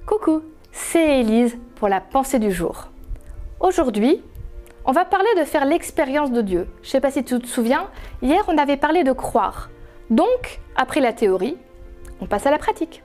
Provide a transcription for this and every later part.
Coucou, c'est Élise pour la pensée du jour. Aujourd'hui, on va parler de faire l'expérience de Dieu. Je ne sais pas si tu te souviens, hier on avait parlé de croire. Donc, après la théorie, on passe à la pratique.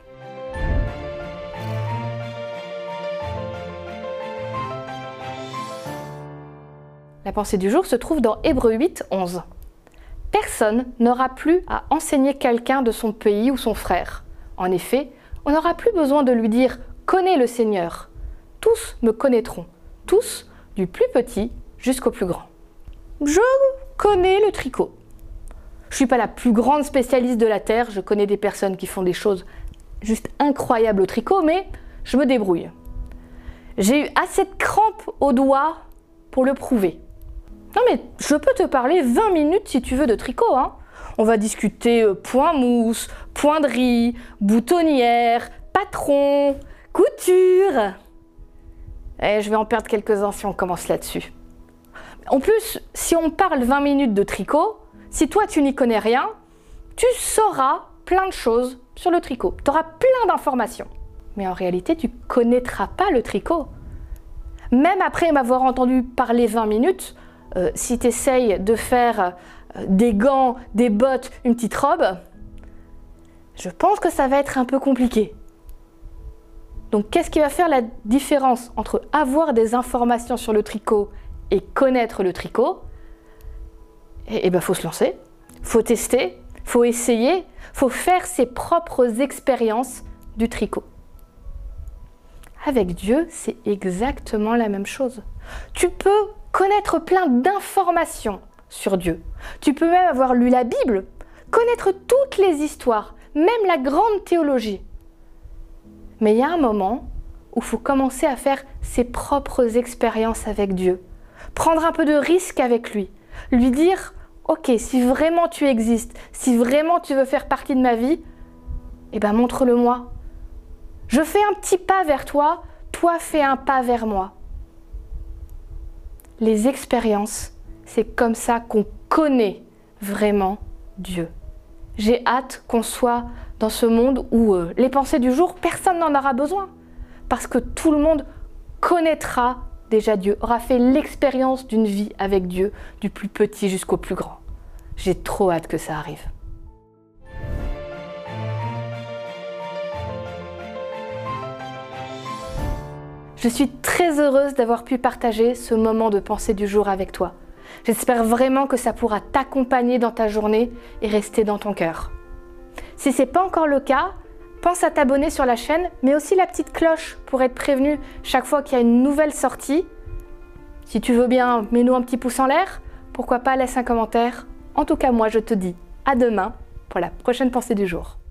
La pensée du jour se trouve dans Hébreux 8, 11. Personne n'aura plus à enseigner quelqu'un de son pays ou son frère. En effet, on n'aura plus besoin de lui dire « Connais le Seigneur ». Tous me connaîtront, tous, du plus petit jusqu'au plus grand. Je connais le tricot. Je ne suis pas la plus grande spécialiste de la Terre, je connais des personnes qui font des choses juste incroyables au tricot, mais je me débrouille. J'ai eu assez de crampes aux doigts pour le prouver. Non mais je peux te parler 20 minutes si tu veux de tricot, hein. On va discuter point mousse, poinderie, boutonnière, patron, couture. Et je vais en perdre quelques-uns si on commence là-dessus. En plus, si on parle 20 minutes de tricot, si toi tu n'y connais rien, tu sauras plein de choses sur le tricot. Tu auras plein d'informations. Mais en réalité, tu ne connaîtras pas le tricot. Même après m'avoir entendu parler 20 minutes, si tu essayes de faire des gants, des bottes, une petite robe, je pense que ça va être un peu compliqué. Donc qu'est-ce qui va faire la différence entre avoir des informations sur le tricot et connaître le tricot? Eh bien, faut se lancer, faut tester, faut essayer, faut faire ses propres expériences du tricot. Avec Dieu, c'est exactement la même chose. Tu peux connaître plein d'informations sur Dieu. Tu peux même avoir lu la Bible, connaître toutes les histoires, même la grande théologie. Mais il y a un moment où il faut commencer à faire ses propres expériences avec Dieu. Prendre un peu de risque avec lui. Lui dire, ok, si vraiment tu existes, si vraiment tu veux faire partie de ma vie, eh ben montre-le-moi. Je fais un petit pas vers toi, toi fais un pas vers moi. Les expériences, c'est comme ça qu'on connaît vraiment Dieu. J'ai hâte qu'on soit dans ce monde où les pensées du jour, personne n'en aura besoin. Parce que tout le monde connaîtra déjà Dieu, aura fait l'expérience d'une vie avec Dieu, du plus petit jusqu'au plus grand. J'ai trop hâte que ça arrive. Je suis très heureuse d'avoir pu partager ce moment de pensée du jour avec toi. J'espère vraiment que ça pourra t'accompagner dans ta journée et rester dans ton cœur. Si ce n'est pas encore le cas, pense à t'abonner sur la chaîne, mais aussi la petite cloche pour être prévenu chaque fois qu'il y a une nouvelle sortie. Si tu veux bien, mets-nous un petit pouce en l'air. Pourquoi pas, laisse un commentaire. En tout cas, moi, je te dis à demain pour la prochaine pensée du jour.